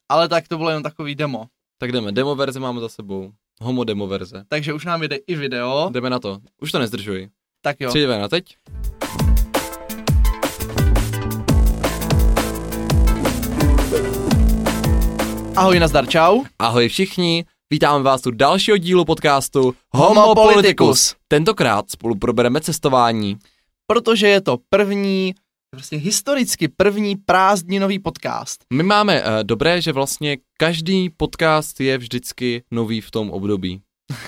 Ale tak to bylo jen takový demo. Tak jdeme, demo verze máme za sebou. Homo demo verze. Takže už nám jde i video. Jdeme na to. Už to nezdržuji. Tak jo. 3, 2, 1, teď. Ahoj, nazdar, čau. Ahoj všichni, vítáme vás u dalšího dílu podcastu Homo Politicus. Tentokrát spolu probereme cestování. Protože je to první, vlastně historicky první prázdninový podcast. My máme dobré, že vlastně každý podcast je vždycky nový v tom období.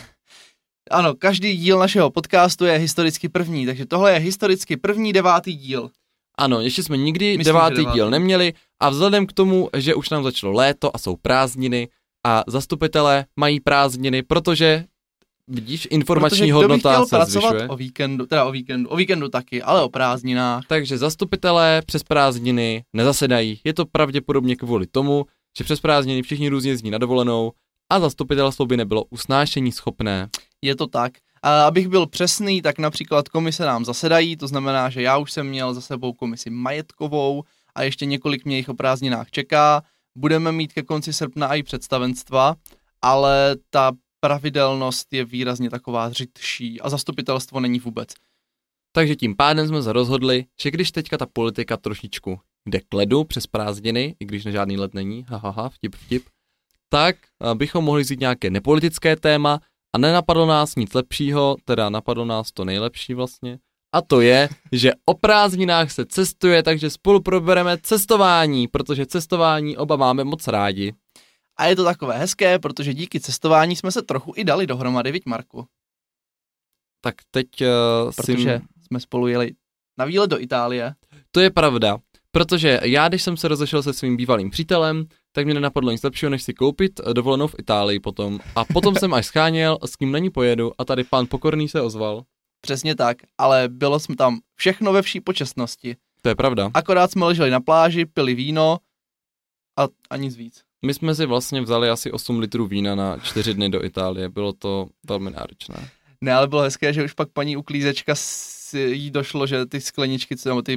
Ano, každý díl našeho podcastu je historicky první, takže tohle je historicky první 9. díl. Ano, ještě jsme nikdy Myslím, 9. díl neměli a vzhledem k tomu, že už nám začalo léto a jsou prázdniny a zastupitelé mají prázdniny, protože vidíš, informační hodnota se zvyšuje. O víkendu taky, ale o prázdninách. Takže zastupitelé přes prázdniny nezasedají. Je to pravděpodobně kvůli tomu, že přes prázdniny všichni různě jezdí na dovolenou a zastupitelstvo by nebylo usnášení schopné. Je to tak. A abych byl přesný, tak například komise nám zasedají, to znamená, že já už jsem měl za sebou komisi majetkovou a ještě několik mě jich o prázdninách čeká. Budeme mít ke konci srpna i představenstva, ale ta pravidelnost je výrazně taková řidší a zastupitelstvo není vůbec. Takže tím pádem jsme se rozhodli, že když teďka ta politika trošičku jde k ledu přes prázdniny, i když na žádný led není, vtip, tak bychom mohli vzít nějaké nepolitické téma a nenapadlo nás nic lepšího, teda napadlo nás to nejlepší vlastně, a to je, že o prázdninách se cestuje, takže spolu probereme cestování, protože cestování oba máme moc rádi. A je to takové hezké, protože díky cestování jsme se trochu i dali dohromady, viď Marku? Tak teď protože jsme spolu jeli na výlet do Itálie. To je pravda, protože já, když jsem se rozešel se svým bývalým přítelem, tak mě nenapadlo nic lepšího, než si koupit dovolenou v Itálii potom. A potom jsem až scháněl, s kým na ní pojedu a tady pán Pokorný se ozval. Přesně tak, ale bylo jsme tam všechno ve vší počestnosti. To je pravda. Akorát jsme leželi na pláži, pili víno a nic víc. My jsme si vlastně vzali asi 8 litrů vína na 4 dny do Itálie, bylo to velmi náročné. Ne, ale bylo hezké, že už pak paní uklízečka jí došlo, že ty skleničky,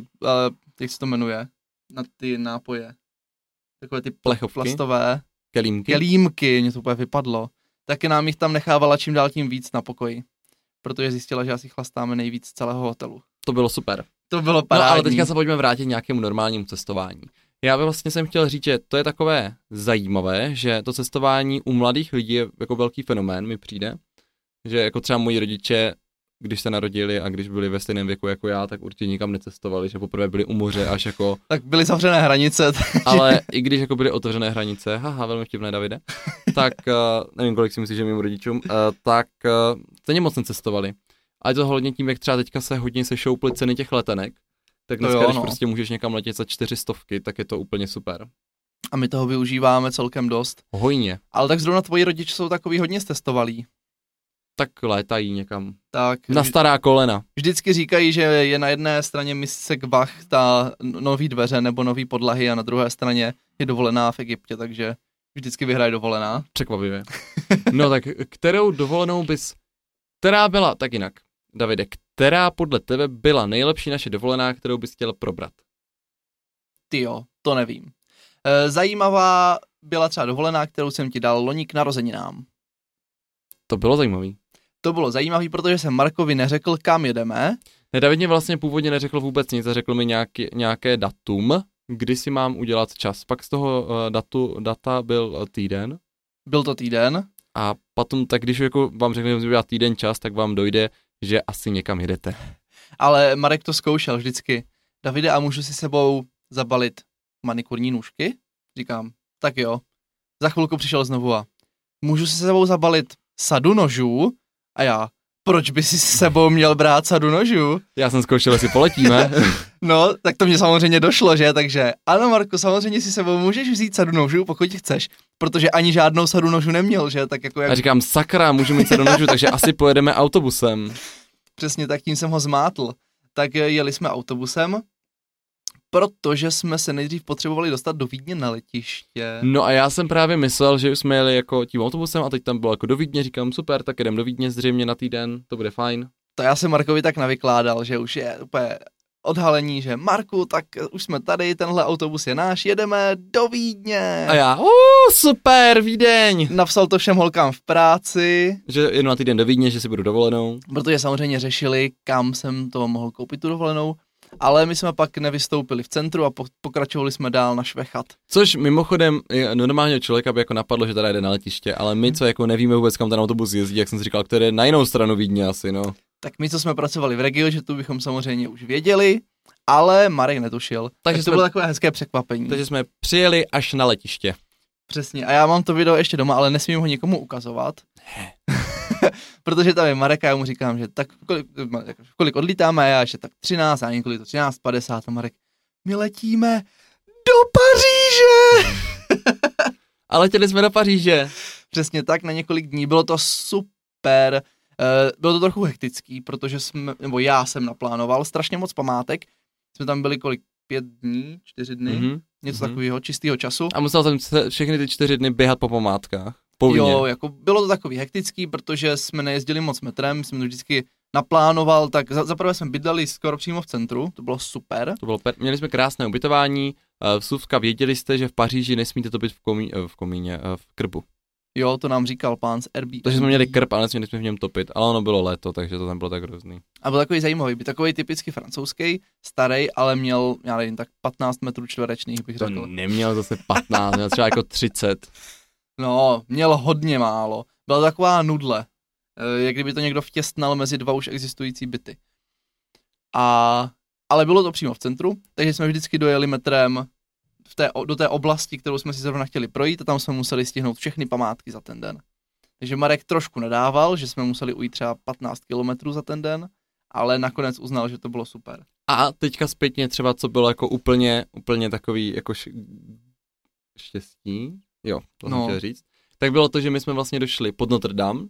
jak se to jmenuje, na ty nápoje, takové ty plastové kelímky, mě to úplně vypadlo, taky nám jich tam nechávala čím dál tím víc na pokoji, protože zjistila, že asi chlastáme nejvíc z celého hotelu. To bylo super. To bylo parádní. No ale teďka se pojďme vrátit nějakému normálnímu cestování. Já vlastně jsem chtěl říct, že to je takové zajímavé, že to cestování u mladých lidí je jako velký fenomén, mi přijde, že jako třeba moji rodiče, když se narodili a když byli ve stejném věku jako já, tak určitě nikam necestovali, že poprvé byli u moře až jako... Tak byly zavřené hranice. Ale i když jako byly otevřené hranice, velmi vtipné, Davide, tak nevím, kolik si myslíš, že mým rodičům, tak stejně moc necestovali. A je to hodně tím, jak třeba teďka se hodně sešouply ceny těch letenek, tak dneska, když prostě můžeš někam letět za 400, tak je to úplně super. A my toho využíváme celkem dost. Hojně. Ale tak zrovna tvoji rodiče jsou takový hodně cestovalí. Tak létají někam. Tak, na stará kolena. Vždycky říkají, že je na jedné straně misek Vach ta nový dveře nebo nový podlahy a na druhé straně je dovolená v Egyptě, takže vždycky vyhraje dovolená. Překvapivě. No tak kterou dovolenou která byla, tak jinak, Davide, která podle tebe byla nejlepší naše dovolená, kterou bys chtěl probrat? Tyjo, to nevím. Zajímavá byla třeba dovolená, kterou jsem ti dal loni k narozeninám. To bylo zajímavý. To bylo zajímavý, protože jsem Markovi neřekl, kam jedeme. Ne, David mě vlastně původně neřekl vůbec nic a řekl mi nějaké datum, kdy si mám udělat čas. Pak z toho data byl týden. Byl to týden. A potom, tak když jako vám řekne, že udělat týden čas, tak vám dojde, že asi někam jedete. Ale Marek to zkoušel vždycky. Davide, a můžu si sebou zabalit manikurní nůžky? Říkám, tak jo. Za chvilku přišel znovu a můžu si sebou zabalit sadu nožů? A já, proč by si s sebou měl brát sadu nožů? Já jsem zkoušel, jestli poletíme. No, tak to mě samozřejmě došlo, že? Takže ano, Marko, samozřejmě si sebou můžeš vzít sadu nožů, pokud chceš, protože ani žádnou sadu nožů neměl, že? Tak jako Já říkám, sakra, můžu mít sadu nožů, takže asi pojedeme autobusem. Přesně tak, tím jsem ho zmátl. Tak jeli jsme autobusem, protože jsme se nejdřív potřebovali dostat do Vídně na letiště. No a já jsem právě myslel, že jsme jeli jako tím autobusem a teď tam bylo jako do Vídně, říkám super, tak jdem do Vídně zřejmě na týden, to bude fajn. To já jsem Markovi tak navykládal, že už je úplně odhalení, že Marku, tak už jsme tady, tenhle autobus je náš, jedeme do Vídně. A já, super, Vídeň. Napsal to všem holkám v práci. Že jedu na týden do Vídně, že si budu dovolenou. Protože samozřejmě řešili, kam jsem to mohl koupit tu dovolenou. Ale my jsme pak nevystoupili v centru a pokračovali jsme dál na Švechat. Což mimochodem normálního člověka by jako napadlo, že tady jde na letiště, ale my, co jako nevíme vůbec, kam ten autobus jezdí, jak jsem si říkal, který je na jinou stranu Vídně asi, no. Tak my, co jsme pracovali v Regio, že tu bychom samozřejmě už věděli, ale Marek netušil. Takže to bylo takové hezké překvapení. Takže jsme přijeli až na letiště. Přesně. A já mám to video ještě doma, ale nesmím ho nikomu ukazovat. Protože tam je Marek a já mu říkám, že tak kolik odlítáme, já že tak 13 a několik to 13:50 a Marek, my letíme do Paříže! A letěli jsme do Paříže. Přesně tak, na několik dní, bylo to super, bylo to trochu hektický, protože já jsem naplánoval strašně moc památek, jsme tam byli 5 dní, 4 dny, něco takového, čistého času. A musel jsem všechny ty 4 dny běhat po památkách. Povinně. Jo, jako bylo to takový hektický, protože jsme nejezdili moc metrem, jsem to vždycky naplánoval, tak zaprvé jsme bydleli skoro přímo v centru, to bylo super. Měli jsme krásné ubytování, vsuvka, věděli jste, že v Paříži nesmíte topit v krbu. Jo, to nám říkal pán z Airbnb. Takže jsme měli krb, ale nesměli jsme v něm topit, ale ono bylo léto, takže to tam bylo tak hrozný. A byl takový zajímavý, by takový typicky francouzský, starý, ale měl, já nevím, tak 15 metrů čtverečných bych řekl. To neměl zase 15, měl třeba jako 30. No, měl hodně málo. Byla taková nudle, jak kdyby to někdo vtěstnal mezi 2 už existující byty. Ale bylo to přímo v centru, takže jsme vždycky dojeli metrem do té oblasti, kterou jsme si zrovna chtěli projít a tam jsme museli stihnout všechny památky za ten den. Takže Marek trošku nedával, že jsme museli ujít třeba 15 kilometrů za ten den, ale nakonec uznal, že to bylo super. A teďka zpětně třeba, co bylo jako úplně takový jako štěstí, jo, to jsem chtěl říct, tak bylo to, že my jsme vlastně došli pod Notre Dame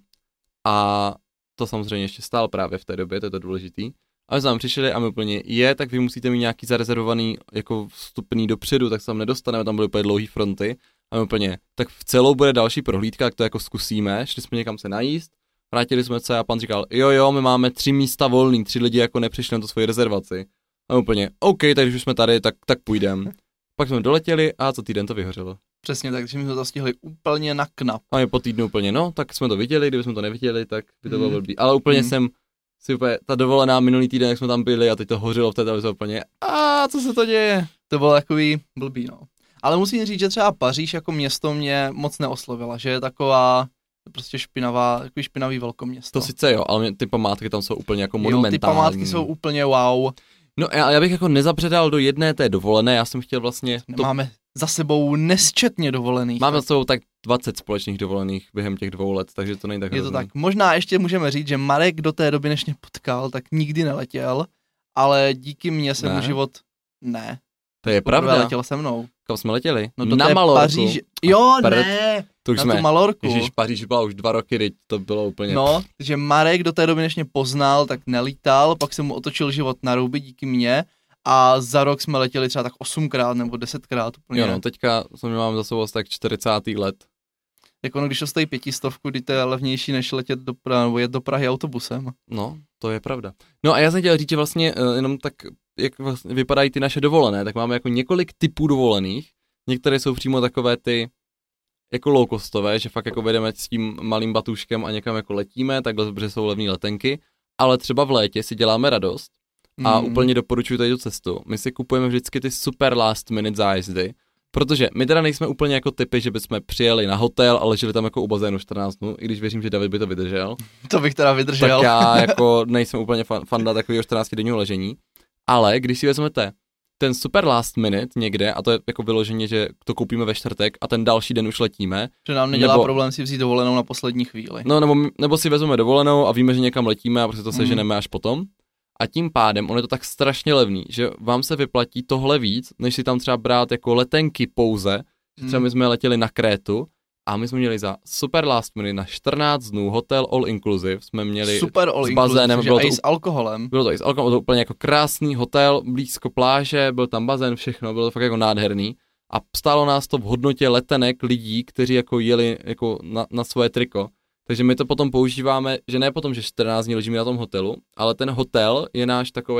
a to samozřejmě ještě stál právě v té době, to je to důležitý. A my jsme tam přišli a my úplně, tak vy musíte mít nějaký zarezervovaný jako vstupný dopředu, tak se tam nedostaneme, tam byly úplně dlouhý fronty. A my úplně, tak v celou bude další prohlídka, tak to jako zkusíme, šli jsme někam se najíst, vrátili jsme se a pan říkal, jo, my máme 3 místa volný, 3 lidi jako nepřišli na tu svoji rezervaci. A my úplně, OK, tak když už jsme tady, tak půjdeme. Pak jsme doletěli a za týden to vyhořelo. Přesně tak, že my jsme to stihli úplně na knap. A my po týdnu úplně, tak jsme to viděli, kdyby jsme to neviděli, tak by to bylo blbý. Ale úplně jsem si úplně, ta dovolená minulý týden, jak jsme tam byli a teď to hořelo v té televizi úplně, co se to děje? To bylo takový blbý, no. Ale musím říct, že třeba Paříž jako město mě moc neoslovila, že je taková prostě takový špinavý velkoměsto. To sice jo, ale ty památky tam jsou úplně jako monumentální. Jo, ty památky jsou úplně wow. No já bych jako nezabředal do jedné té dovolené, já jsem chtěl vlastně... Máme za sebou nesčetně dovolených. Máme za sebou tak 20 společných dovolených během těch 2 let, takže to není tak hrozný. Je to tak. Možná ještě můžeme říct, že Marek do té doby, než mě potkal, tak nikdy neletěl, ale díky mně se mu život... Ne. To je pravda. Letěl se mnou. Kam jsme letěli? No do na té Malorku. Paříž... Jo, ne. To už na jsme... tu Malorku. Ježiš, Paříž byla už 2 roky, teď to bylo úplně... No, že Marek do té doby, než mě poznal, tak nelítal, pak se mu otočil život na rouby díky mně a za rok jsme letěli třeba tak 8krát nebo 10krát úplně. Jo, no, teďka mám za sebou tak 40. let. Jako když to stojí 500, kdy to je levnější, než letět do Prahy, nebo jet do Prahy autobusem. No, to je pravda. No a já jsem chtěl říct, že vlastně jenom tak, jak vlastně vypadají ty naše dovolené, tak máme jako několik typů dovolených. Některé jsou přímo takové ty jako low-costové, že fakt jako vedeme s tím malým batuškem a někam jako letíme, takhle, protože jsou levné letenky, ale třeba v létě si děláme radost a úplně doporučuji tady tu cestu. My si kupujeme vždycky ty super last minute zájezdy, protože my teda nejsme úplně jako typy, že bychom přijeli na hotel a leželi tam jako u bazénu 14 dnů, i když věřím, že David by to vydržel. To bych teda vydržel. Tak já jako nejsem úplně fanda takového 14denního ležení, ale když si vezmete ten super last minute někde, a to je jako vyloženě, že to koupíme ve čtvrtek a ten další den už letíme. Že nám nedělá problém si vzít dovolenou na poslední chvíli. No nebo si vezmeme dovolenou a víme, že někam letíme a prostě to seženeme až potom. A tím pádem on je to tak strašně levný, že vám se vyplatí tohle víc, než si tam třeba brát jako letenky pouze, že třeba my jsme letěli na Krétu a my jsme měli za super last minute na 14 dnů hotel all inclusive, jsme měli super all s bazénem, bylo to i s alkoholem. Bylo to i s alkoholem, bylo to úplně jako krásný hotel, blízko pláže, byl tam bazén, všechno, bylo to fakt jako nádherný a stálo nás to v hodnotě letenek lidí, kteří jako jeli jako na svoje triko. Takže my to potom používáme, že ne potom, že 14 dní ležíme na tom hotelu, ale ten hotel je náš takovej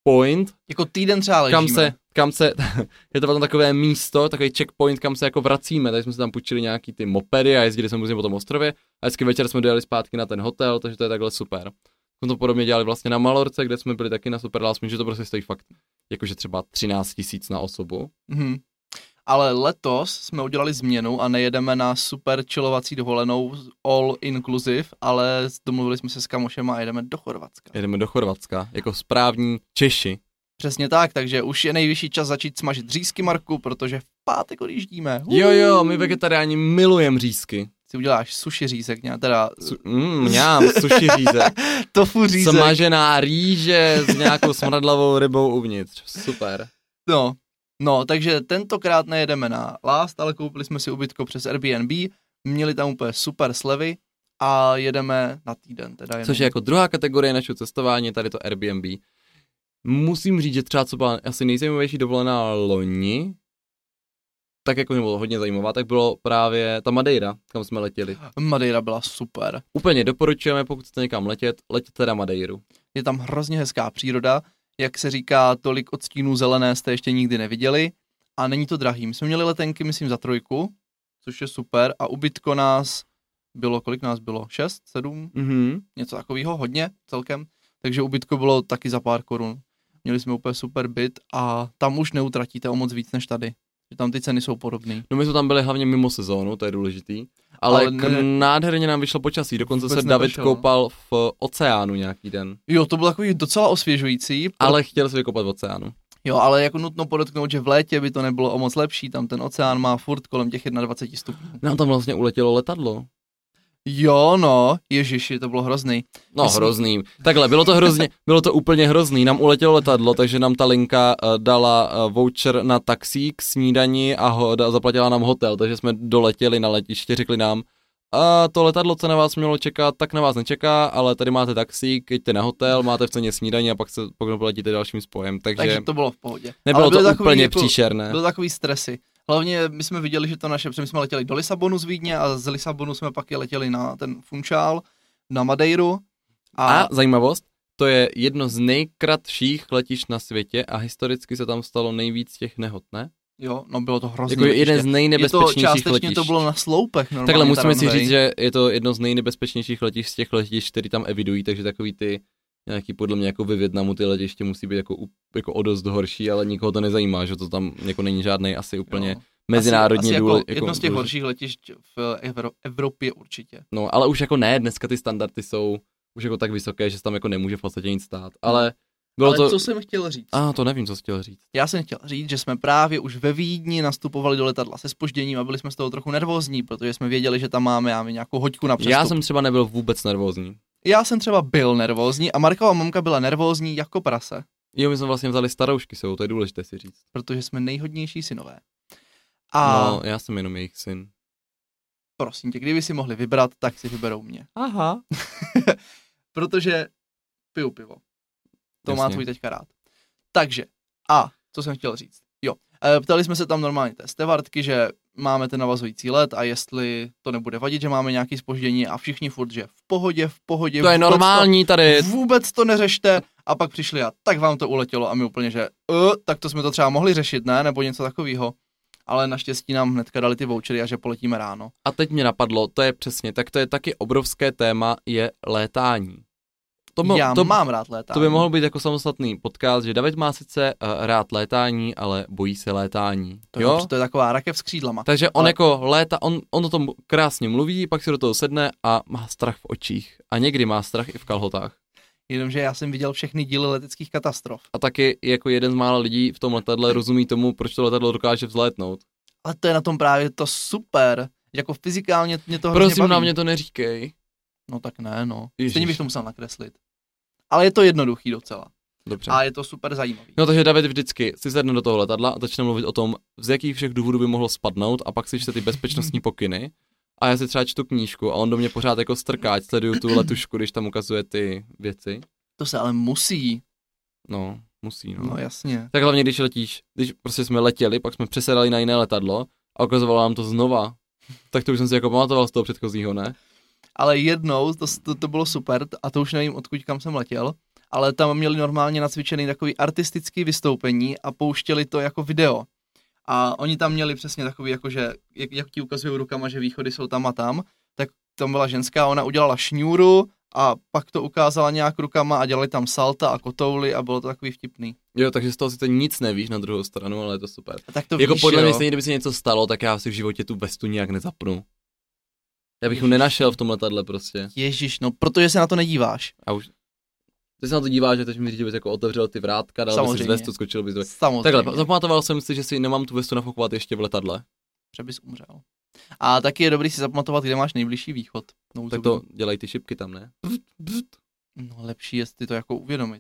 point. Jako týden třeba ležíme. Kam se, je to potom takové místo, takový checkpoint, kam se jako vracíme, takže jsme si tam půjčili nějaký ty mopedy a jezdili jsme různě po tom ostrově a vždycky večer jsme dojeli zpátky na ten hotel, takže to je takhle super. Jsme to podobně dělali vlastně na Malorce, kde jsme byli taky na super last minute, že to prostě stojí fakt jakože třeba 13 000 na osobu. Ale letos jsme udělali změnu a nejedeme na super chillovací dovolenou all inclusive, ale domluvili jsme se s kamošema a jedeme do Chorvatska. Jedeme do Chorvatska, jako správní Češi. Přesně tak, takže už je nejvyšší čas začít smažit řízky, Marku, protože v pátek odjíždíme. Jo, my vegetariáni milujeme řízky. Si uděláš sushi řízek, teda... Sushi řízek. Tofu řízek. Smažená rýže s nějakou smradlavou rybou uvnitř. Super. No, takže tentokrát nejedeme na Last, ale koupili jsme si ubytko přes Airbnb, měli tam úplně super slevy a jedeme na týden. Teda což je jako druhá kategorie našeho cestování, tady to Airbnb. Musím říct, že třeba co byla asi nejzajímavější dovolená loni, tak jako bylo hodně zajímavá, tak bylo právě ta Madeira, kam jsme letěli. Madeira byla super. Úplně doporučujeme, pokud chcete někam letět teda Madeiru. Je tam hrozně hezká příroda, jak se říká, tolik odstínů zelené jste ještě nikdy neviděli a není to drahý. My jsme měli letenky, myslím, za 3, což je super a ubytko nás bylo, kolik nás bylo? 6, 7? Něco takového, hodně celkem. Takže ubytko bylo taky za pár korun. Měli jsme úplně super byt a tam už neutratíte o moc víc než tady. Že tam ty ceny jsou podobné. No my jsme tam byli hlavně mimo sezónu, to je důležitý. Ale nádherně nám vyšlo počasí, dokonce se David koupal v oceánu nějaký den. Jo, to bylo takový docela osvěžující. Ale chtěl se vykoupat v oceánu. Jo, ale jako nutno podotknout, že v létě by to nebylo o moc lepší, tam ten oceán má furt kolem těch 21 stupňů. Nám tam vlastně uletělo letadlo. Jo, no, ježiši, to bylo hrozný. No, hrozný. Takhle, bylo to úplně hrozný. Nám uletělo letadlo, takže nám ta linka dala voucher na taxík, snídani a zaplatila nám hotel, takže jsme doletěli na letiště, řekli nám, a to letadlo, co na vás mělo čekat, tak na vás nečeká, ale tady máte taxík, jeďte na hotel, máte v ceně snídaní a pak poletíte dalším spojem. Takže to bylo v pohodě. Nebylo to úplně příšerné. Byly takový stresy. Hlavně my jsme viděli, že to naše, protože my jsme letěli do Lisabonu z Vídně a z Lisabonu jsme pak letěli na ten Funchal, na Madeiru. A zajímavost, to je jedno z nejkratších letišť na světě a historicky se tam stalo nejvíc těch nehod, ne? Jo, no bylo to hrozný. Jako jeden z nejnebezpečnějších letišť. To bylo na sloupech. Takhle musíme si říct, že je to jedno z nejnebezpečnějších letišť z těch letišť, který tam evidují, takže takový ty nějaký podle mě jako ve Vietnamu ty letiště musí být jako o dost horší, ale nikoho to nezajímá, že to tam jako není žádnej asi úplně mezinárodní asi jedno z těch horších letišť v Evropě určitě. No, ale už jako ne, dneska ty standardy jsou už jako tak vysoké, že se tam jako nemůže v podstatě nic stát, ale co jsem chtěl říct? To nevím, co jsi chtěl říct. Já jsem chtěl říct, že jsme právě už ve Vídni nastupovali do letadla se zpožděním a byli jsme z toho trochu nervózní, protože jsme věděli, že tam máme nějakou hoďku na přestup. Já jsem třeba nebyl vůbec nervózní. Já jsem třeba byl nervózní a Markova mamka byla nervózní jako prase. Jo, my jsme vlastně vzali staroušky to je důležité si říct. Protože jsme nejhodnější synové. No, já jsem jenom jejich syn. Prosím tě, kdyby si mohli vybrat, tak si vyberou mě. Aha. Protože piju pivo. To Jasně. má tvůj teďka rád. Takže, co jsem chtěl říct. Jo, ptali jsme se tam normálně té stevardky, že máme ten navazující let a jestli to nebude vadit, že máme nějaké zpoždění a všichni furt, že v pohodě. To je normální tady. Vůbec to neřešte a pak přišli a tak vám to uletělo a my úplně, že tak to jsme to třeba mohli řešit, ne? Nebo něco takového. Ale naštěstí nám hnedka dali ty vouchery a že poletíme ráno. A teď mě napadlo, to je přesně, tak to je taky obrovské téma, je létání. Mám rád létání. To by mohl být jako samostatný podcast, že David má sice rád létání, ale bojí se létání. To je taková rakev s křídlama. Takže on jako léta, on o tom krásně mluví, pak si do toho sedne a má strach v očích. A někdy má strach i v kalhotách. Jenomže já jsem viděl všechny díly leteckých katastrof. A taky jako jeden z mála lidí v tom letadle rozumí tomu, proč to letadlo dokáže vzlétnout. Ale to je na tom právě to super. Jako fyzikálně mě to hrozně baví. Prosím, na mě to neříkej. No tak ne, no. Stejně bych to musel nakreslit. Ale je to jednoduchý docela. Dobře. A je to super zajímavý. No takže David vždycky si sedne do toho letadla a začne mluvit o tom, z jakých všech důvodů by mohlo spadnout a pak si čte ty bezpečnostní pokyny. A já si třeba čtu knížku a on do mě pořád jako strká, ať sleduju tu letušku, když tam ukazuje ty věci. To se ale musí. No, musí, no. No jasně. Tak hlavně, když prostě jsme letěli, pak jsme přesedali na jiné letadlo a ukazovalo nám to znova. Tak to už jsem si jako pamatoval z toho předchozího, ne? ale jednou, to bylo super, a to už nevím, odkud kam jsem letěl, ale tam měli normálně nacvičený takový artistický vystoupení a pouštěli to jako video. A oni tam měli přesně takový, jakože, jak ti ukazují rukama, že východy jsou tam a tam, tak tam byla ženská, ona udělala šňůru a pak to ukázala nějak rukama a dělali tam salta a kotouly a bylo to takový vtipný. Jo, takže z toho sice nic nevíš na druhou stranu, ale je to super. Tak to jako víš, podle jo. mě stejně, kdyby se něco stalo, tak já si v životě tu vestu nijak nezapnu. Já bych ji nenašel v tom letadle prostě. Ježiš, no protože se na to nedíváš. A už... Ty se na to díváš, že teď mi říct, bys jako otevřel ty vrátka, dal bys si vestu, skočil bys do... Takhle, zapamatoval jsem si, že si nemám tu vestu nafukovat ještě v letadle. Že bys umřel. A taky je dobrý si zapamatovat, kde máš nejbližší východ. Tak to dělají ty šipky tam, ne? No lepší je si to jako uvědomit.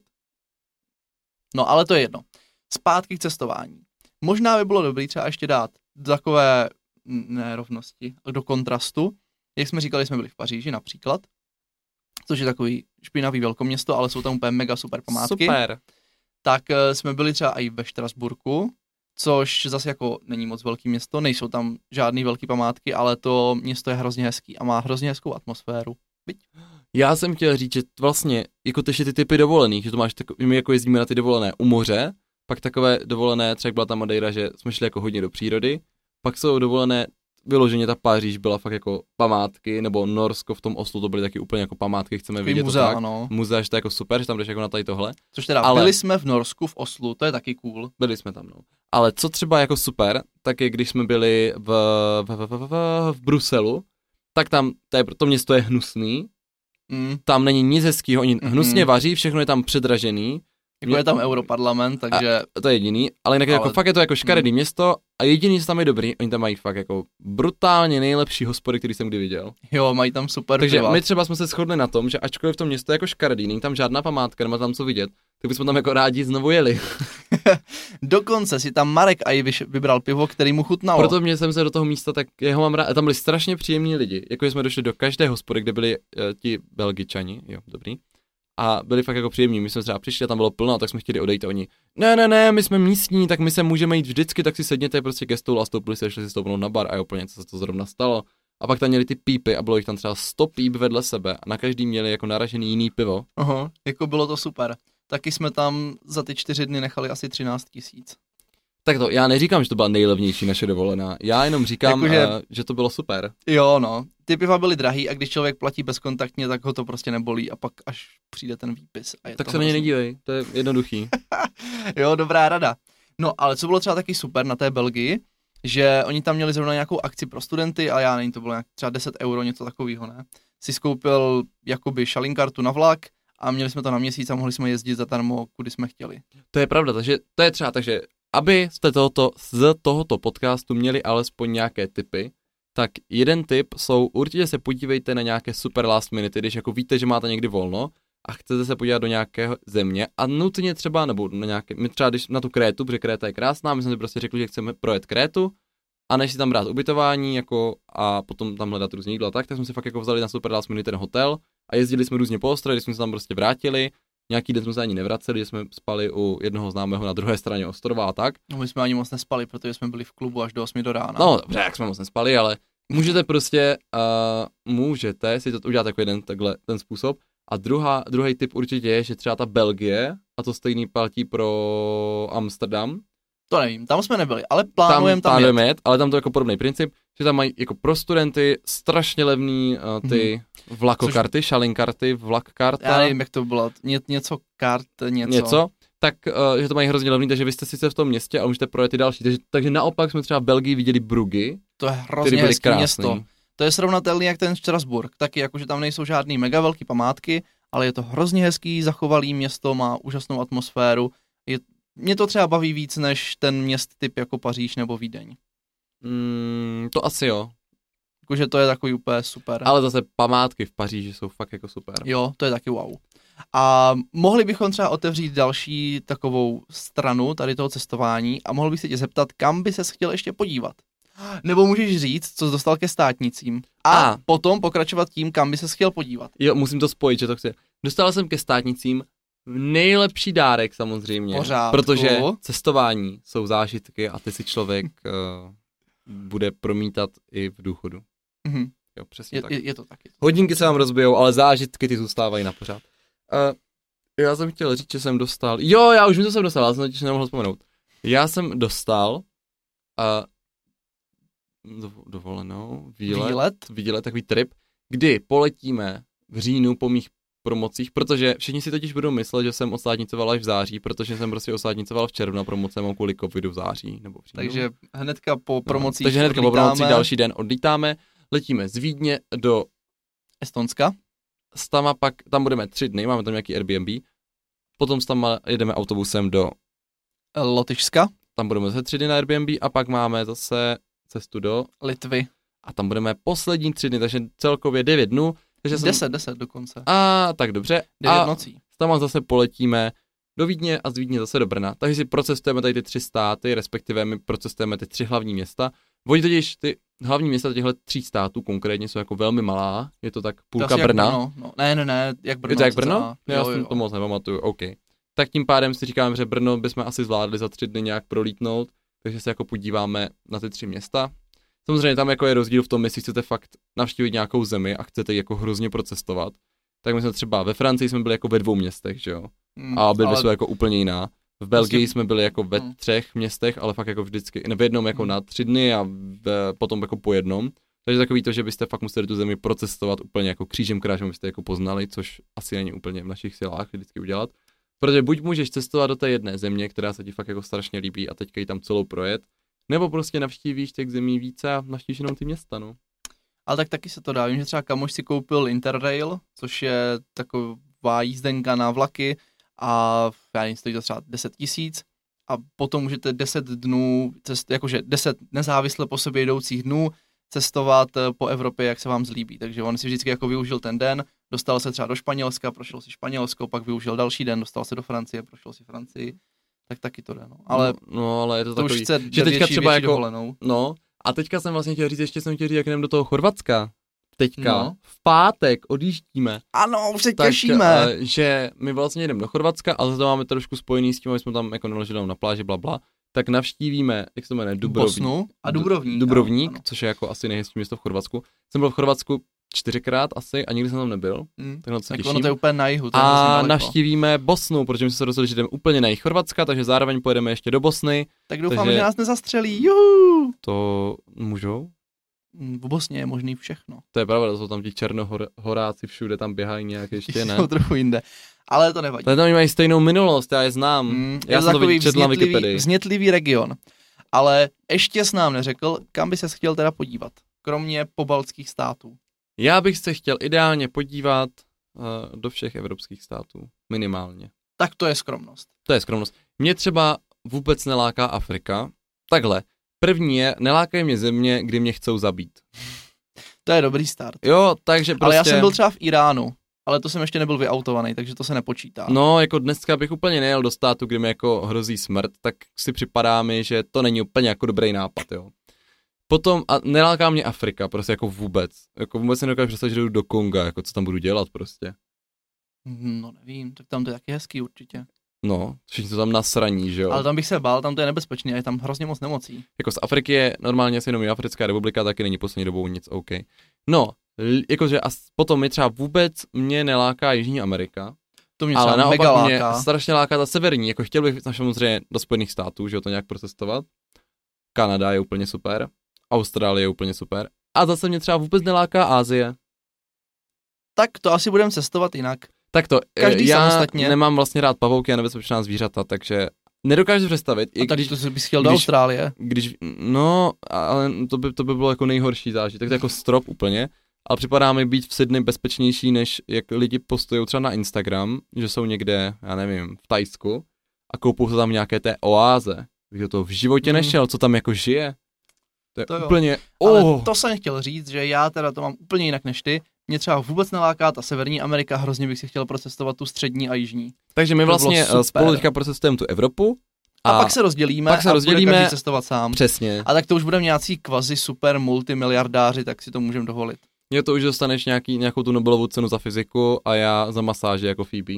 No ale to je jedno. Zpátky k cestování. Možná by bylo dobrý třeba ještě dát do takové nerovnosti, do kontrastu. Jak jsme říkali, jsme byli v Paříži například, což je takový špinavý velkoměsto, ale jsou tam úplně mega super památky. Super. Tak jsme byli třeba i ve Štrasburku, což zase jako není moc velký město, nejsou tam žádný velký památky, ale to město je hrozně hezký a má hrozně hezkou atmosféru. Byť? Já jsem chtěl říct, že vlastně jako ty typy dovolených, že to máš takový, my jako jezdíme na ty dovolené u moře, pak takové dovolené, třeba byla ta Madeira, že jsme šli jako hodně do přírody, pak jsou dovolené, vyloženě ta Paříž byla fakt jako památky, nebo Norsko v tom Oslu, to byly taky úplně jako památky, chceme takový vidět muzea, to tak. No. Muzea, že to je jako super, že tam jdeš jako na tady tohle. Což teda byli jsme v Norsku, v Oslu, to je taky cool. Byli jsme tam, no. Ale co třeba jako super, tak je, když jsme byli v Bruselu, tak tam, to město je hnusný, tam není nic hezkýho, oni hnusně vaří, všechno je tam předražený. Jako je tam Europarlament, takže... A to je jediný, ale jinak jako fakt je to jako škaredý město a jediný, co tam je dobrý, oni tam mají fakt jako brutálně nejlepší hospody, který jsem kdy viděl. Jo, mají tam super Takže piva. my třeba jsme se shodli na tom, že ačkoliv to město je jako škaredý, není tam žádná památka, nemá tam co vidět, tak bychom tam jako rádi znovu jeli. Dokonce si tam Marek aj vybral pivo, který mu chutnalo. Proto mě jsem se do toho místa, tak jeho mám rád, tam byli strašně příjemní lidi, jako jsme došli do každé hospody, kde byli ti Belgičani, jo, dobrý. A byli fakt jako příjemní, my jsme třeba přišli a tam bylo plno, tak jsme chtěli odejít a oni, ne, my jsme místní, tak my se můžeme jít vždycky, tak si sedněte prostě ke stolu a stoupili se, šli si stoupnout na bar a úplně co se to zrovna stalo. A pak tam měli ty pípy a bylo jich tam třeba 100 píp vedle sebe a na každý měli jako naražený jiný pivo. Aha, jako bylo to super. Taky jsme tam za ty 4 dny nechali asi 13 000. Tak to, já neříkám, že to byla nejlevnější naše dovolená, já jenom říkám, že to bylo super. Jo, no, ty piva byly drahý a když člověk platí bezkontaktně, tak ho to prostě nebolí a pak až přijde ten výpis. A je tak se na ně nedívej, to je jednoduchý. Jo, dobrá rada. No, ale co bylo třeba taky super na té Belgii, že oni tam měli zrovna nějakou akci pro studenty, ale já nevím, to bylo nějak třeba 10 €, něco takového, ne? Si skoupil jakoby šalinkartu na vlak a měli jsme to na měsíc a mohli jsme jezdit zadarmo, kudy jsme chtěli. To je pravda, takže to je třeba, takže aby jste z tohoto podcastu měli alespoň nějaké tipy, tak jeden tip jsou, určitě se podívejte na nějaké super last minute, když jako víte, že máte někdy volno a chcete se podívat do nějaké země a nutně třeba, nebo na nějaké, my třeba když na tu Krétu, protože Kréta je krásná, my jsme si prostě řekli, že chceme projet Krétu a než si tam brát ubytování jako a potom tam hledat různý jídla, tak jsme si fakt jako vzali na super last minute ten hotel a jezdili jsme různě po ostrově, když jsme se tam prostě vrátili. Nějaký den jsme se ani nevraceli, že jsme spali u jednoho známého na druhé straně ostrova a tak. No my jsme ani moc nespali, protože jsme byli v klubu až do 8 do rána. No dobře, jak jsme moc nespali, ale můžete prostě, můžete si to udělat jako ten způsob. A druhý tip určitě je, že třeba ta Belgie, a to stejný platí pro Amsterdam. To nevím, tam jsme nebyli, ale plánujeme tam jet. Ale tam to jako podobný princip, že tam mají jako pro studenty strašně levný ty vlakokarty, šalinkarty, vlakkarta. Já nevím, jak to bylo, něco kart, něco. Tak, že to mají hrozně levný, takže vy jste sice v tom městě, ale můžete projet i další. Takže naopak jsme třeba v Belgii viděli Brugy. To je hrozně hezký město. To je srovnatelný jak ten Štrasburg, taky jakože tam nejsou žádný mega velký památky, ale je to hrozně hezký, zachovalý město, má úžasnou atmosféru. Mě to třeba baví víc než ten měst typ jako Paříž nebo Vídeň. To asi jo. Jakože to je takový úplně super. Ale zase památky v Paříži jsou fakt jako super. Jo, to je taky wow. A mohli bychom třeba otevřít další takovou stranu tady toho cestování a mohl bych se tě zeptat, kam by ses chtěl ještě podívat. Nebo můžeš říct, co jsi dostal ke státnicím. A potom pokračovat tím, kam by ses chtěl podívat. Jo, musím to spojit, že to chci. Dostal jsem ke státnicím nejlepší dárek samozřejmě. Pořádku. Protože cestování jsou zážitky a ty si člověk bude promítat i v důchodu. Jo, přesně tak. Je to tak. Hodinky se vám rozbijou, ale zážitky ty zůstávají na pořád. Já jsem chtěl říct, že jsem dostal... Jo, já už vím, co jsem dostal, já jsem totiž nemohl vzpomenout. Já jsem dostal dovolenou, výlet, takový trip, kdy poletíme v říjnu po mých promocích, protože všichni si totiž budou myslet, že jsem oslátnicoval až v září, protože jsem prostě oslátnicoval v červnu a promoce mám kvůli covidu v září nebo v říjnu. Takže hnedka po promocích takže hnedka po promocích další den odlítáme, letíme z Vídně do Estonska. Tam budeme 3 dny, máme tam nějaký Airbnb, potom tam jedeme autobusem do Lotyšska. Tam budeme zase 3 dny na Airbnb a pak máme zase cestu do Litvy. A tam budeme poslední 3 dny, takže celkově 9 dnů. Takže 10 dokonce. Tak dobře. 9 nocí. Tam zase poletíme do Vídně a z Vídně zase do Brna. Takže si procestujeme tady ty 3 státy, respektive my procestujeme ty 3 hlavní města. Oni totiž ty hlavní města těchto 3 států konkrétně jsou jako velmi malá. Je to tak půlka Brna. Brno, no. Ne, jak Brno. Je to jak Brno? Já si to moc nepamatuju, OK. Tak tím pádem si říkáme, že Brno bychom asi zvládli za 3 dny nějak prolítnout, takže se jako podíváme na ty 3 města. Samozřejmě tam jako je rozdíl v tom, jestli chcete fakt navštívit nějakou zemi a chcete ji jako hrozně procestovat. Tak my jsme třeba ve Francii jsme byli jako ve 2 městech, že jo? A obě jsou jako úplně jiná. V Belgii jsme byli jako ve 3 městech, ale fakt jako vždycky, v jednom jako na 3 dny a potom jako po jednom. Takže takový to, že byste fakt museli tu zemi procestovat úplně jako křížem krážem, byste jako poznali, což asi není úplně v našich silách vždycky udělat. Protože buď můžeš cestovat do té jedné země, která se ti fakt jako strašně líbí a teďka ji tam celou projet, nebo prostě navštívíš těch zemí více a navštívíš jenom ty města, no. Ale tak taky se to dá. Vím, že třeba kamoš si koupil Interrail, což je taková jízdenka na vlaky a já nevím, stojí to třeba 10 000 a potom můžete 10 dnů, jakože 10 nezávisle po sobě jdoucích dnů cestovat po Evropě, jak se vám zlíbí. Takže on si vždycky jako využil ten den, dostal se třeba do Španělska, prošel si Španělsko, pak využil další den, dostal se do Francie, prošel si Francii. Tak taky to jde, no. Ale, ale je to takový, už chce že teďka třeba jako dovolenou. No, a teďka jsem vlastně chtěl říct, jak jdem do toho Chorvatska. Teďka, v pátek odjíždíme. Ano, už se těšíme. Že my vlastně jdeme do Chorvatska, ale to máme trošku spojený s tím, aby jsme tam jako naložili na pláži, blabla. Tak navštívíme, jak se to jmenuje, Bosnu a Dubrovník. Dubrovník, ano. Což je jako asi nejhezčí město v Chorvatsku. Jsem byl v Chorvatsku 4krát asi a nikdy jsem tam nebyl. Tak se těším. Ono to je úplně na jihu. A navštívíme Bosnu, protože my jsme se rozhodli, že jdeme úplně na jih Chorvatska, takže zároveň pojedeme ještě do Bosny. Tak doufám, že nás nezastřelí. Juhu! To můžou? V Bosně je možný všechno. To je pravda, to jsou tam ti černohoráci všude, tam běhají nějak ještě, ne? Jsou trochu jinde. Ale to nevadí. Ale tam mají stejnou minulost, já je znám. Já jsem to četl na Wikipedii. Vznětlivý region. Ale ještě jsi nám neřekl, kam by ses chtěl teda podívat, kromě pobaltských států. Já bych se chtěl ideálně podívat do všech evropských států, minimálně. Tak to je skromnost. To je skromnost. Mě třeba vůbec neláká Afrika. Takhle, první je, nelákají mě země, kdy mě chcou zabít. To je dobrý start. Jo, takže prostě... Ale já jsem byl třeba v Iránu, ale to jsem ještě nebyl vyautovaný, takže to se nepočítá. No, jako dneska bych úplně nejel do státu, kde mi jako hrozí smrt, tak si připadá mi, že to není úplně jako dobrý nápad, jo. Potom, a neláká mě Afrika, prostě jako vůbec. Jako vůbec si nedokážu představit, že jdu do Konga, jako co tam budu dělat prostě. No nevím, tak tam to je taky hezký určitě. No, všichni jsou tam nasraní, že jo. Ale tam bych se bál, tam to je nebezpečný a je tam hrozně moc nemocí. Jako z Afriky je normálně asi jenom Africká republika, taky není poslední dobou nic OK. No, jakože a potom mi třeba vůbec mě neláká Jižní Amerika. To mě ale naopak mě strašně láká ta severní, jako chtěl bych samozřejmě do Spojených států, že jo, to nějak procestovat. Kanada je úplně super, Austrálie je úplně super. A zase mě třeba vůbec neláká Asie. Tak to asi budeme cestovat jinak. Tak to, každý já samostatně. Nemám vlastně rád pavouky a nebezpečná zvířata, takže nedokážu představit. A tady to bys chtěl do Austrálie. No, ale to by bylo jako nejhorší zážitek, to jako strop úplně. Ale připadá mi být v Sydney bezpečnější, než jak lidi postují třeba na Instagram, že jsou někde, já nevím, v Thajsku a koupou se tam nějaké té oáze. Takže to v životě nešel, co tam jako žije. To je to úplně... Ale to jsem chtěl říct, že já teda to mám úplně jinak než ty. Mě třeba vůbec neláká ta Severní Amerika, hrozně bych si chtěl procestovat tu střední a jižní. Takže my vlastně spolu teďka procestujeme tu Evropu. A pak se rozdělíme a bude každý cestovat sám. Přesně. A tak to už budeme nějací kvazi super multimiliardáři, tak si to můžeme dovolit. Jo, to už dostaneš nějakou tu Nobelovu cenu za fyziku a já za masáže jako Phoebe.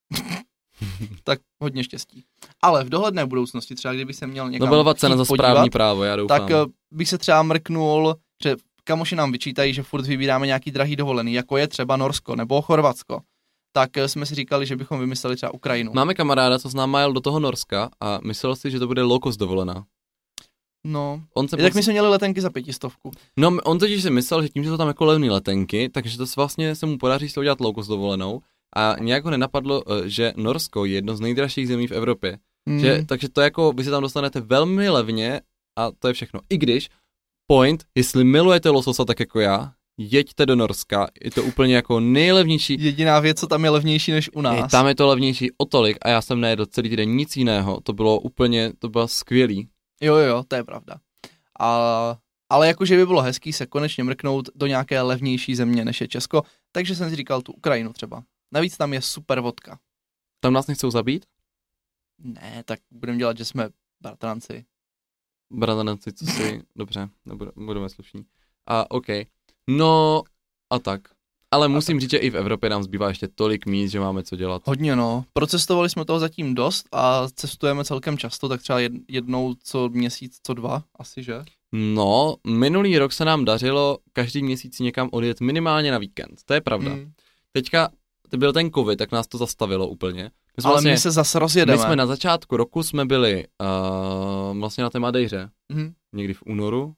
Tak hodně štěstí. Ale v dohledné budoucnosti, třeba kdyby se měl někam Nobelova cena za správní právo, já doufám. Tak bych se třeba mrknul, že kamoši nám vyčítají, že furt vybíráme nějaký drahý dovolený, jako je třeba Norsko nebo Chorvatsko, tak jsme si říkali, že bychom vymysleli třeba Ukrajinu. Máme kamaráda, co s náma jel do toho Norska a myslel si, že to bude low cost dovolená. No, tak my jsme měli letenky za 500. No, on totiž si myslel, že tím, že to tam jako levný letenky, takže to vlastně se mu podaří s toho udělat low cost dovolenou a nějak ho nenapadlo, že Norsko je jedno z nejdražších zemí v Evropě. Takže to jako, vy se tam dostanete velmi levně a to je všechno. I když, jestli milujete lososa tak jako já, jeďte do Norska, je to úplně jako nejlevnější. Jediná věc, co tam je levnější než u nás. Tam je to levnější o tolik a já jsem nejedl celý týden nic jiného, to bylo skvělý. Jo, to je pravda. Ale jakože by bylo hezký se konečně mrknout do nějaké levnější země, než je Česko, takže jsem si říkal tu Ukrajinu třeba. Navíc tam je super vodka. Tam nás nechcou zabít? Ne, tak budeme dělat, že jsme bratranci. Bratranci, co si... Dobře, budeme slušní. OK. No a tak. Ale musím říct, že i v Evropě nám zbývá ještě tolik míst, že máme co dělat. Hodně, no. Procestovali jsme toho zatím dost a cestujeme celkem často, tak třeba jednou co měsíc, co 2, asi, že? No, minulý rok se nám dařilo každý měsíc někam odjet minimálně na víkend, to je pravda. Teďka byl ten covid, tak nás to zastavilo úplně. My se zase rozjedeme. My jsme na začátku roku jsme byli vlastně na té Madejře, někdy v únoru.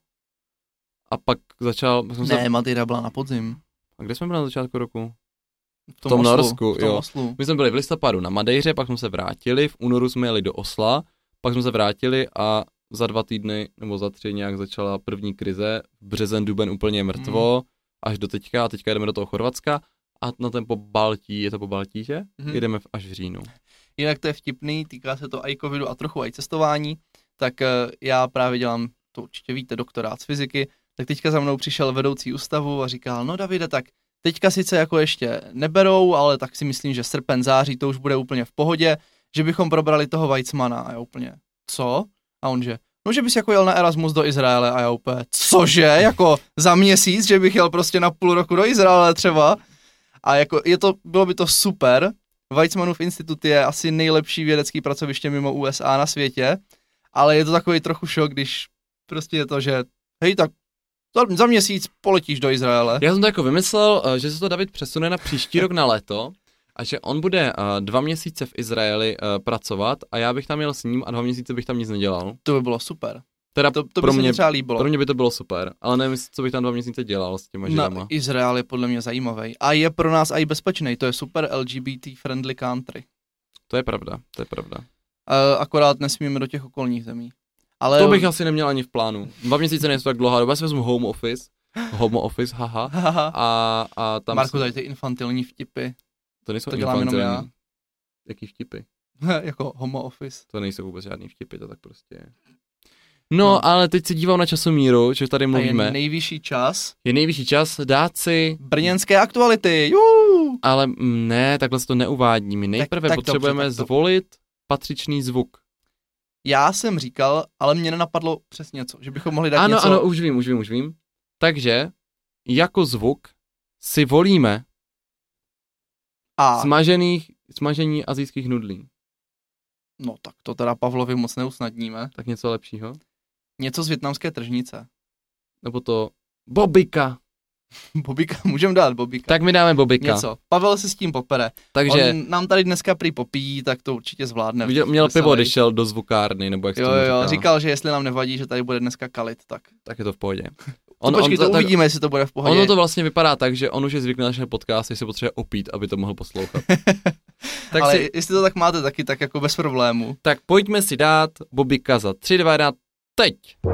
A pak začal... Madeira byla na podzim. A kde jsme byli na začátku roku? V tom Norsku, jo. Oslu. My jsme byli v listopadu na Madejře, pak jsme se vrátili, v únoru jsme jeli do Osla, pak jsme se vrátili a za 2 týdny, nebo za 3 nějak začala první krize, březen, duben úplně mrtvo, až do teďka, a teďka jdeme do toho Chorvatska a na ten Pobaltí, je to Pobaltí, že? Jdeme až v říjnu. Jinak to je vtipný, týká se to i covidu a trochu i cestování, tak já právě dělám, to určitě víte, doktorát z fyziky, tak teďka za mnou přišel vedoucí ústavu a říkal, no Davide, tak teďka sice jako ještě neberou, ale tak si myslím, že srpen, září to už bude úplně v pohodě, že bychom probrali toho Weizmana a já úplně, co? A on že, no že bys jako jel na Erasmus do Izraele a já úplně, cože? Jako za měsíc, že bych jel prostě na půl roku do Izraele třeba a jako bylo by to super. Weizmannův institut je asi nejlepší vědecký pracoviště mimo USA na světě, ale je to takový trochu šok, když prostě je to, že hej, tak za měsíc poletíš do Izraele. Já jsem to jako vymyslel, že se to David přesune na příští rok na léto a že on bude 2 měsíce v Izraeli pracovat a já bych tam jel s ním a 2 měsíce bych tam nic nedělal. To by bylo super. Teda to by se mi třeba líbilo. Pro mě by to bylo super, ale nevím, co bych tam 2 měsíce dělal s těma židama. Izrael je podle mě zajímavý a je pro nás i bezpečný, to je super LGBT friendly country. To je pravda. Akorát nesmíme do těch okolních zemí. Ale... To bych asi neměl ani v plánu. 2 měsíce nejsou tak dlouhá doba, si vezmu home office, haha. A tam... Marku, tady ty infantilní vtipy. To nejsou infantilní. Jaký vtipy? Jako home office. To nejsou vůbec žádný vtipy, to tak prostě je. No, ale teď se dívám na časomíru, že tady mluvíme. Je nejvyšší čas dát si... brněnské aktuality, juhu! Ale ne, takhle se to neuvádí. My nejprve tak potřebujeme zvolit patřičný zvuk. Já jsem říkal, ale mě nenapadlo přesně co, že bychom mohli dát něco... Ano, už vím. Takže jako zvuk si volíme smažení asijských nudlí. No tak to teda Pavlovi moc neusnadníme. Tak něco lepšího? Něco z vietnamské tržnice. Nebo to bobika. Bobika, můžeme dát bobika. Tak mi dáme bobika. Něco. Pavel se s tím popere. Takže... On nám tady dneska prý popíjí, tak to určitě zvládne. Měl pivo, když šel do zvukárny, nebo jak se to říká. Říkal, že jestli nám nevadí, že tady bude dneska kalit, tak. Tak je to v pohodě. Uvidíme, jestli to bude v pohodě. Ono to vlastně vypadá tak, že on už je zvyklý na naše podcasty, si potřebuje opít, aby to mohl poslouchat. Tak ale jestli to tak máte taky, tak jako bez problému. Tak pojďme si dát bobika za 3, 2, 1, teď!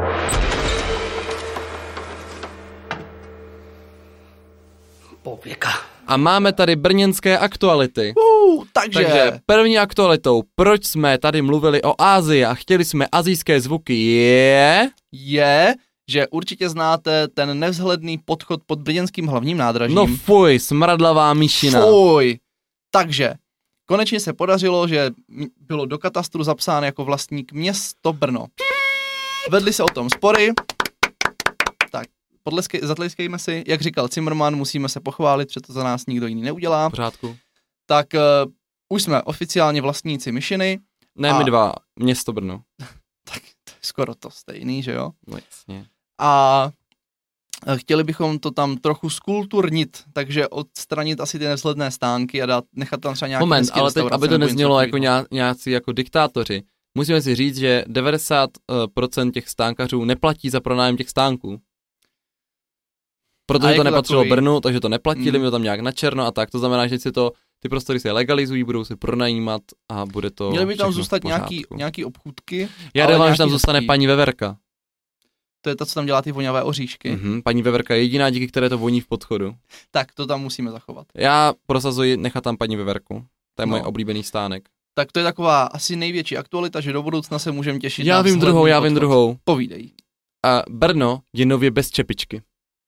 Bobika. A máme tady brněnské aktuality. Takže první aktualitou, proč jsme tady mluvili o Asii a chtěli jsme asijské zvuky, je, že určitě znáte ten nevzhledný podchod pod brněnským hlavním nádražím. No fuj, smradlavá myšina. Fuj. Takže konečně se podařilo, že bylo do katastru zapsán jako vlastník město Brno. Vedli se o tom spory. Tak, zatleskejme si. Jak říkal Zimmerman, musíme se pochválit, protože to za nás nikdo jiný neudělá. V pořádku. Tak už jsme oficiálně vlastníci myšiny. Ne, my dva, město Brno. Tak to je skoro to stejný, že jo? No jasně. A Chtěli bychom to tam trochu skulturnit, takže odstranit asi ty nevzhledné stánky a nechat tam třeba nějaký moment, ale teď, aby to neznělo jako nějací jako diktátoři, musíme si říct, že 90% těch stánkařů neplatí za pronájem těch stánků. Protože to nepatřilo Brnu, takže to neplatili, mi to tam nějak na černo a tak, to znamená, že si to, ty prostory se legalizují, budou se pronajímat a bude to měly by tam zůstat nějaký obchůdky. Já dávám, že tam zůstane paní Veverka. To je ta, co tam dělá ty voňavé oříšky. Paní Veverka je jediná, díky které to voní v podchodu. Tak, to tam musíme zachovat. Já prosazuji nechat tam paní Veverku. To je můj oblíbený stánek. Tak to je taková asi největší aktualita, že do budoucna se můžeme těšit. Já vím druhou. Povídej. A Brno je nově bez čepičky.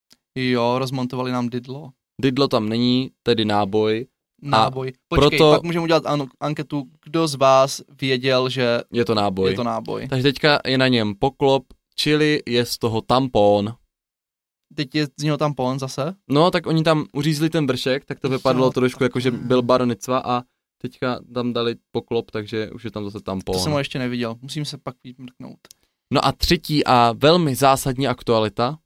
Jo, rozmontovali nám didlo. Didlo tam není, tedy náboj. Náboj. Počkej, pak můžeme udělat anketu, kdo z vás věděl, že je to náboj. Takže teďka je na něm poklop, čili je z toho tampon. Teď je z něho tampon zase? No, tak oni tam uřízli ten bršek, tak to vypadalo trošku jako, že byl baronicva a teďka tam dali poklop, takže už je tam zase tampon. To jsem ho ještě neviděl, musím se pak mrknout. No a třetí a velmi zásadní aktualita.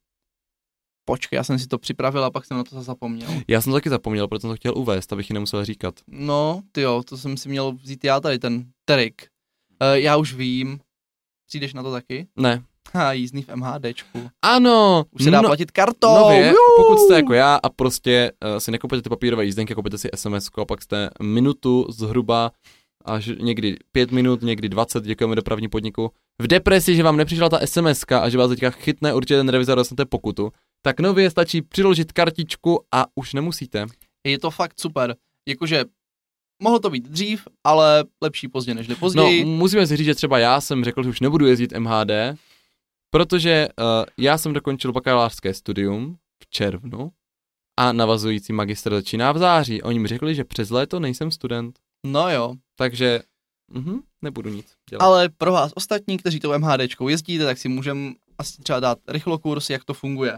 Počkej, já jsem si to připravil a pak jsem na to zapomněl. Já jsem to taky zapomněl, protože jsem to chtěl uvést, abych ji nemusel říkat. No, tyjo, to jsem si měl vzít já tady, ten trik. Já už vím. Přijdeš na to taky? Ne. Jízdný v MHDčku. Ano. Už se dá platit kartou. Nově, pokud jste jako já a prostě si nekupujete ty papírové jízdenky, kupujete si SMS-ko a pak jste minutu zhruba až někdy 5 minut, někdy 20, děkujeme dopravní podniku, v depresi, že vám nepřišla ta SMS-ka a že vás teďka chytne určitě ten revizor, dostanete pokutu, tak nově stačí přiložit kartičku a už nemusíte. Je to fakt super. Jakože mohlo to být dřív, ale lepší pozdě než později. No, musíme si říct, že třeba já jsem řekl, že už nebudu jezdit MHD, protože já jsem dokončil bakalářské studium v červnu a navazující magistr začíná v září. Oni mi řekli, že přes léto nejsem student. No jo. Takže nebudu nic dělat. Ale pro vás ostatní, kteří tou MHDčkou jezdíte, tak si můžeme asi třeba dát rychlokurs, jak to funguje.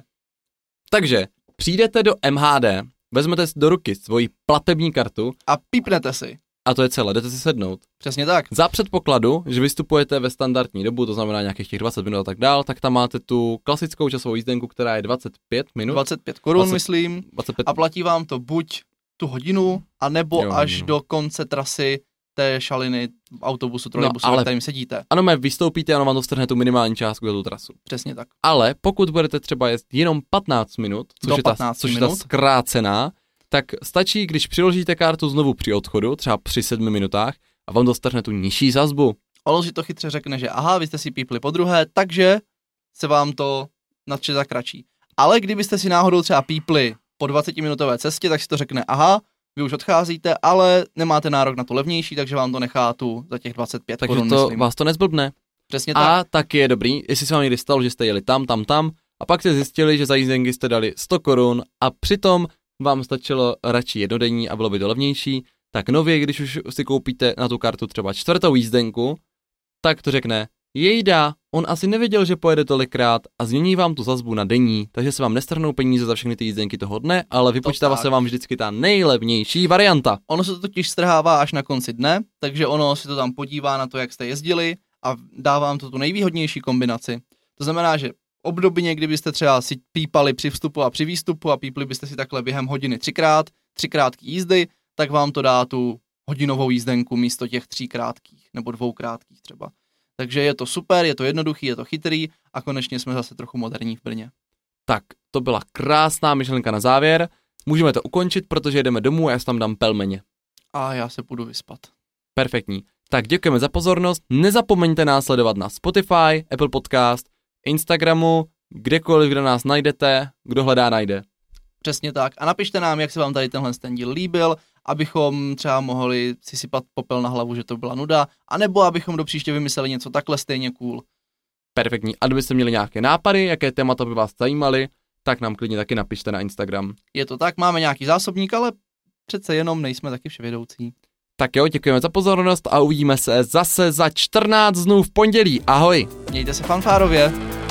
Takže přijdete do MHD, vezmete do ruky svoji platební kartu a pípnete si. A to je celé, jdete si sednout. Přesně tak. Za předpokladu, že vystupujete ve standardní dobu, to znamená nějakých těch 20 minut a tak dál, tak tam máte tu klasickou časovou jízdenku, která je 25 minut. 25 korun, myslím. 25. A platí vám to buď tu hodinu, anebo až do konce trasy té šaliny autobusu, trolejbusu, na kterým sedíte. Ano, vystoupíte a ono vám to strhne tu minimální částku za tu trasu. Přesně tak. Ale pokud budete třeba jezdit jenom 15 minut, což je ta zkrácená, tak stačí, když přiložíte kartu znovu při odchodu, třeba při 7 minutách, a vám to strhne tu nižší sazbu. Ono si to chytře řekne, že aha, vy jste si pípli podruhé, takže se vám to nadše zakratší. Ale kdybyste si náhodou třeba pípli po 20-minutové cestě, tak si to řekne, aha, vy už odcházíte, ale nemáte nárok na to levnější, takže vám to nechá tu za těch 25 korun, myslím. Takže vás to nezblbne. Přesně tak. A taky je dobrý, jestli se vám někdy stalo, že jste jeli tam a pak jste zjistili, že za jízdenky jste dali 100 korun a přitom vám stačilo radši jednodenní a bylo by to levnější, tak nově, když už si koupíte na tu kartu třeba 4. jízdenku, tak to řekne, jejda, on asi nevěděl, že pojede tolikrát a změní vám tu sazbu na denní, takže se vám nestrhnou peníze za všechny ty jízdenky toho dne, ale vypočítává se vám vždycky ta nejlevnější varianta. Ono se to totiž strhává až na konci dne, takže ono si to tam podívá na to, jak jste jezdili a dává vám to tu nejvýhodnější kombinaci. To znamená, že obdobně, kdybyste třeba si pípali při vstupu a při výstupu a pípli byste si takhle během hodiny 3 krátký jízdy, tak vám to dá tu hodinovou jízdenku místo těch 3 krátkých nebo 2 krátkých třeba. Takže je to super, je to jednoduchý, je to chytrý a konečně jsme zase trochu moderní v Brně. Tak, to byla krásná myšlenka na závěr. Můžeme to ukončit, protože jedeme domů a já si tam dám pelmeně. A já se půjdu vyspat. Perfektní. Tak děkujeme za pozornost. Nezapomeňte nás sledovat na Spotify, Apple Podcast, Instagramu, kdekoliv, kde nás najdete, kdo hledá, najde. Přesně tak. A napište nám, jak se vám tady tenhle díl líbil, abychom třeba mohli si sypat popel na hlavu, že to byla nuda, anebo abychom do příště vymysleli něco takhle stejně cool. Perfektní. A kdybyste měli nějaké nápady, jaké témata by vás zajímaly, tak nám klidně taky napište na Instagram. Je to tak, máme nějaký zásobník, ale přece jenom nejsme taky vševědoucí. Tak jo, děkujeme za pozornost a uvidíme se zase za 14 dnů v pondělí. Ahoj! Mějte se fanfárově.